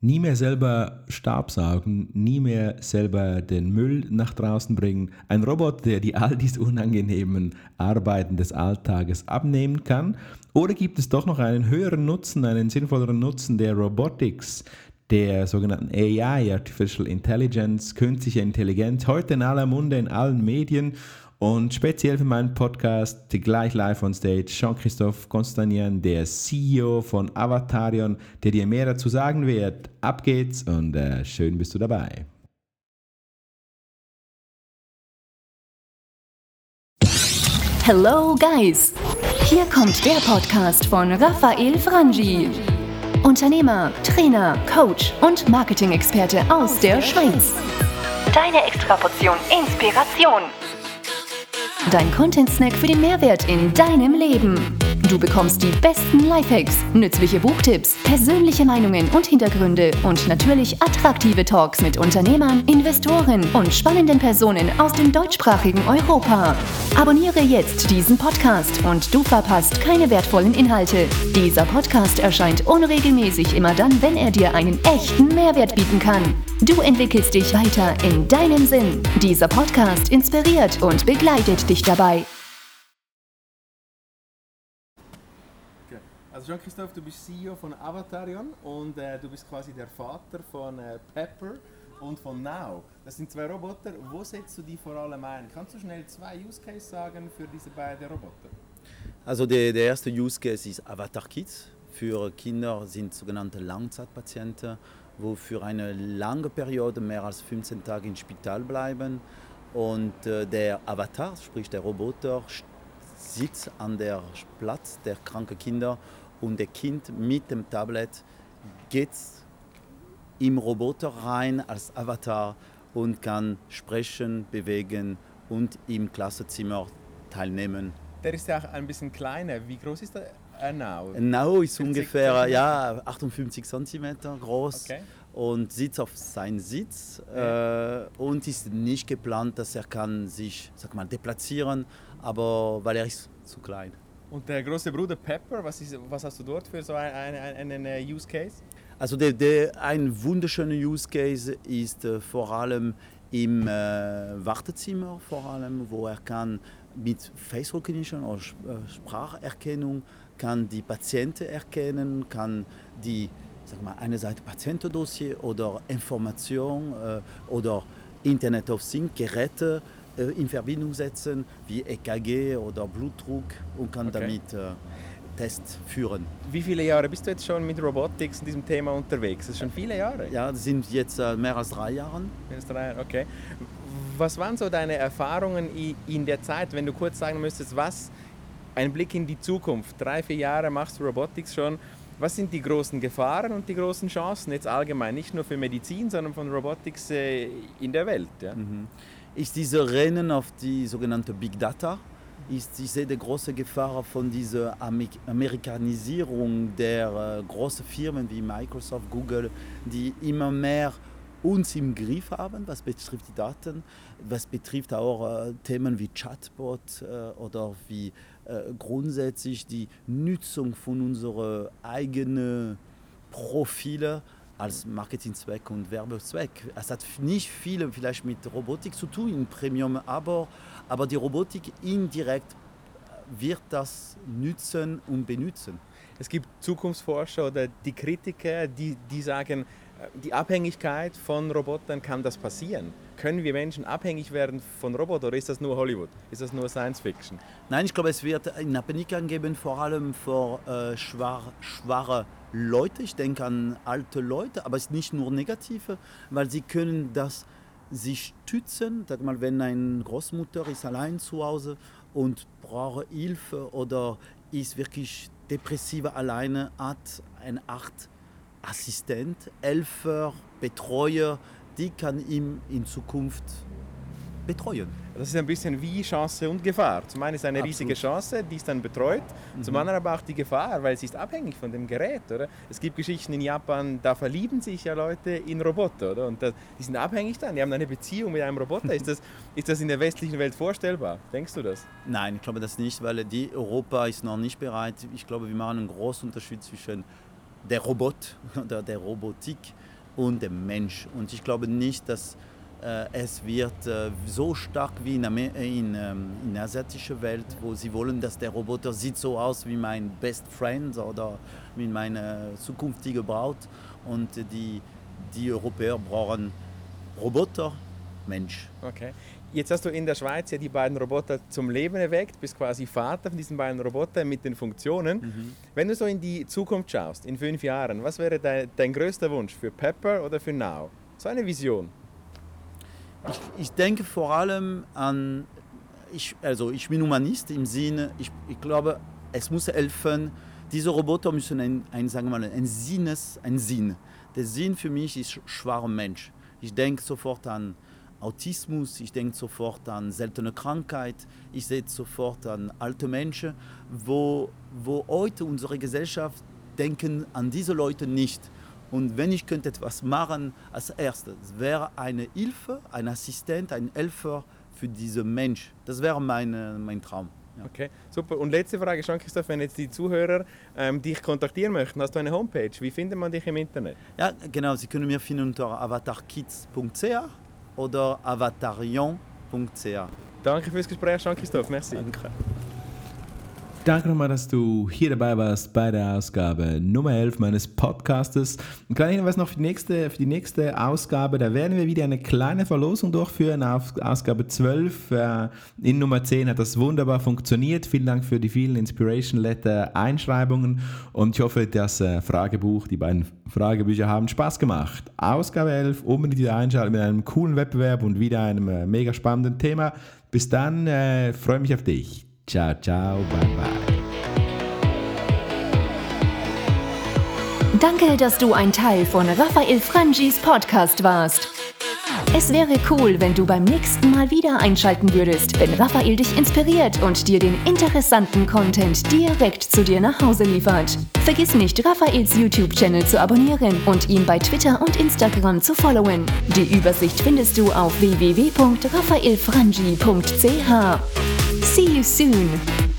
Nie mehr selber Staubsaugen, nie mehr selber den Müll nach draußen bringen. Ein Roboter, der die all diese unangenehmen Arbeiten des Alltages abnehmen kann? Oder gibt es doch noch einen höheren Nutzen, einen sinnvolleren Nutzen der Robotics, der sogenannten AI, Artificial Intelligence, künstliche Intelligenz, heute in aller Munde, in allen Medien? Und speziell für meinen Podcast, gleich live on stage, Jean-Christophe Constantin, der CEO von Avatarion, der dir mehr dazu sagen wird. Ab geht's und schön bist du dabei. Hello Guys! Hier kommt der Podcast von Raphael Frangi. Unternehmer, Trainer, Coach und Marketing-Experte aus der Schweiz. Deine Extraportion Inspiration. Dein Content-Snack für den Mehrwert in deinem Leben. Du bekommst die besten Lifehacks, nützliche Buchtipps, persönliche Meinungen und Hintergründe und natürlich attraktive Talks mit Unternehmern, Investoren und spannenden Personen aus dem deutschsprachigen Europa. Abonniere jetzt diesen Podcast und du verpasst keine wertvollen Inhalte. Dieser Podcast erscheint unregelmäßig immer dann, wenn er dir einen echten Mehrwert bieten kann. Du entwickelst dich weiter in deinem Sinn. Dieser Podcast inspiriert und begleitet dich dabei. Also Jean-Christophe, du bist CEO von Avatarion und du bist quasi der Vater von Pepper und von Now. Das sind zwei Roboter. Wo setzt du die vor allem ein? Kannst du schnell zwei Use Cases sagen für diese beiden Roboter? Also der erste Use Case ist Avatar Kids. Für Kinder sind sogenannte Langzeitpatienten, wo für eine lange Periode, mehr als 15 Tage im Spital bleiben. Und der Avatar, sprich der Roboter, sitzt an der Platz der kranken Kinder und das Kind mit dem Tablet geht im Roboter rein als Avatar und kann sprechen, bewegen und im Klassenzimmer teilnehmen. Der ist ja auch ein bisschen kleiner. Wie groß ist der Now? Now ist ungefähr 58 cm groß. Okay. Und sitzt auf seinem Sitz und ist nicht geplant, dass er kann sich, deplatzieren, aber weil er ist zu klein. Und der große Bruder Pepper, was hast du dort für so einen Use Case? Also ein wunderschöner Use Case ist vor allem im Wartezimmer, vor allem, wo er kann mit Face Recognition oder Spracherkennung kann die Patienten erkennen, kann die eine Seite Patientendossier oder Information oder Internet of Things Geräte in Verbindung setzen, wie EKG oder Blutdruck und kann damit Tests führen. Wie viele Jahre bist du jetzt schon mit Robotics in diesem Thema unterwegs? Das sind schon viele Jahre? Ja, das sind jetzt mehr als 3 Jahre. Mehr als 3 Jahre, okay. Was waren so deine Erfahrungen in der Zeit, wenn du kurz sagen müsstest, ein Blick in die Zukunft, 3-4 Jahre machst du Robotics schon, was sind die großen Gefahren und die großen Chancen jetzt allgemein, nicht nur für Medizin, sondern von Robotics in der Welt? Ja? Ist diese Rennen auf die sogenannte Big Data, ich sehe die große Gefahr von dieser Amerikanisierung der großen Firmen wie Microsoft, Google, die immer mehr uns im Griff haben, was betrifft die Daten, was betrifft auch Themen wie Chatbot oder wie grundsätzlich die Nutzung von unseren eigenen Profilen als Marketingzweck und Werbezweck. Es hat nicht viel vielleicht mit Robotik zu tun, in Premium, aber die Robotik indirekt wird das nützen und benutzen. Es gibt Zukunftsforscher oder die Kritiker, die sagen, die Abhängigkeit von Robotern, kann das passieren? Können wir Menschen abhängig werden von Robotern oder ist das nur Hollywood? Ist das nur Science Fiction? Nein, ich glaube, es wird eine Abhängigkeit geben, vor allem für schwache Leute. Ich denke an alte Leute, aber es ist nicht nur negative, weil sie können das sich stützen. Sag mal, wenn eine Großmutter ist allein zu Hause und braucht Hilfe oder ist wirklich depressiv alleine, hat eine Art Assistent, Helfer, Betreuer, die kann ihn in Zukunft betreuen. Das ist ein bisschen wie Chance und Gefahr. Zum einen ist es eine riesige Chance, die ist dann betreut, zum anderen aber auch die Gefahr, weil sie ist abhängig von dem Gerät. Oder? Es gibt Geschichten in Japan, da verlieben sich ja Leute in Roboter. Oder? Und die sind abhängig dann, die haben eine Beziehung mit einem Roboter. Ist das in der westlichen Welt vorstellbar? Denkst du das? Nein, ich glaube das nicht, weil Europa ist noch nicht bereit. Ich glaube, wir machen einen großen Unterschied zwischen der Robot oder der Robotik und dem Mensch. Und ich glaube nicht, dass es wird so stark wie in der asiatischen Welt, wo sie wollen, dass der Roboter sieht so aus wie mein Best Friend oder wie meine zukünftige Braut. Und die Europäer brauchen Roboter, Mensch. Okay. Jetzt hast du in der Schweiz ja die beiden Roboter zum Leben erweckt, bist quasi Vater von diesen beiden Robotern mit den Funktionen. Wenn du so in die Zukunft schaust, in 5 Jahren, was wäre dein größter Wunsch für Pepper oder für Now? So eine Vision. Ich denke vor allem an, ich bin Humanist im Sinne, ich glaube, es muss helfen, diese Roboter müssen einen Sinn. Der Sinn für mich ist schwacher Mensch. Ich denke sofort an Autismus, ich denke sofort an seltene Krankheit, ich sehe sofort an alte Menschen, wo heute unsere Gesellschaft denken an diese Leute nicht. Und wenn ich könnte etwas machen, als erstes wäre eine Hilfe, ein Assistent, ein Helfer für diesen Mensch. Das wäre mein Traum. Ja. Okay, super. Und letzte Frage, Jean-Christophe, wenn jetzt die Zuhörer dich kontaktieren möchten, hast du eine Homepage? Wie findet man dich im Internet? Ja, genau. Sie können mich finden unter avatarkids.ch oder avatarion.ch. Danke fürs Gespräch, Jean-Christophe. Merci. Danke. Danke nochmal, dass du hier dabei warst bei der Ausgabe Nummer 11 meines Podcastes. Ein kleiner Hinweis noch für die nächste Ausgabe. Da werden wir wieder eine kleine Verlosung durchführen auf Ausgabe 12. In Nummer 10 hat das wunderbar funktioniert. Vielen Dank für die vielen Inspiration Letter Einschreibungen und ich hoffe, das Fragebuch, die beiden Fragebücher haben Spaß gemacht. Ausgabe 11, unbedingt wieder einschalten mit einem coolen Wettbewerb und wieder einem mega spannenden Thema. Bis dann, freue mich auf dich. Ciao, ciao, bye, bye. Danke, dass du ein Teil von Raphael Frangis Podcast warst. Es wäre cool, wenn du beim nächsten Mal wieder einschalten würdest, wenn Raphael dich inspiriert und dir den interessanten Content direkt zu dir nach Hause liefert. Vergiss nicht, Raphaels YouTube-Channel zu abonnieren und ihn bei Twitter und Instagram zu followen. Die Übersicht findest du auf www.raphaelfrangi.ch. See you soon!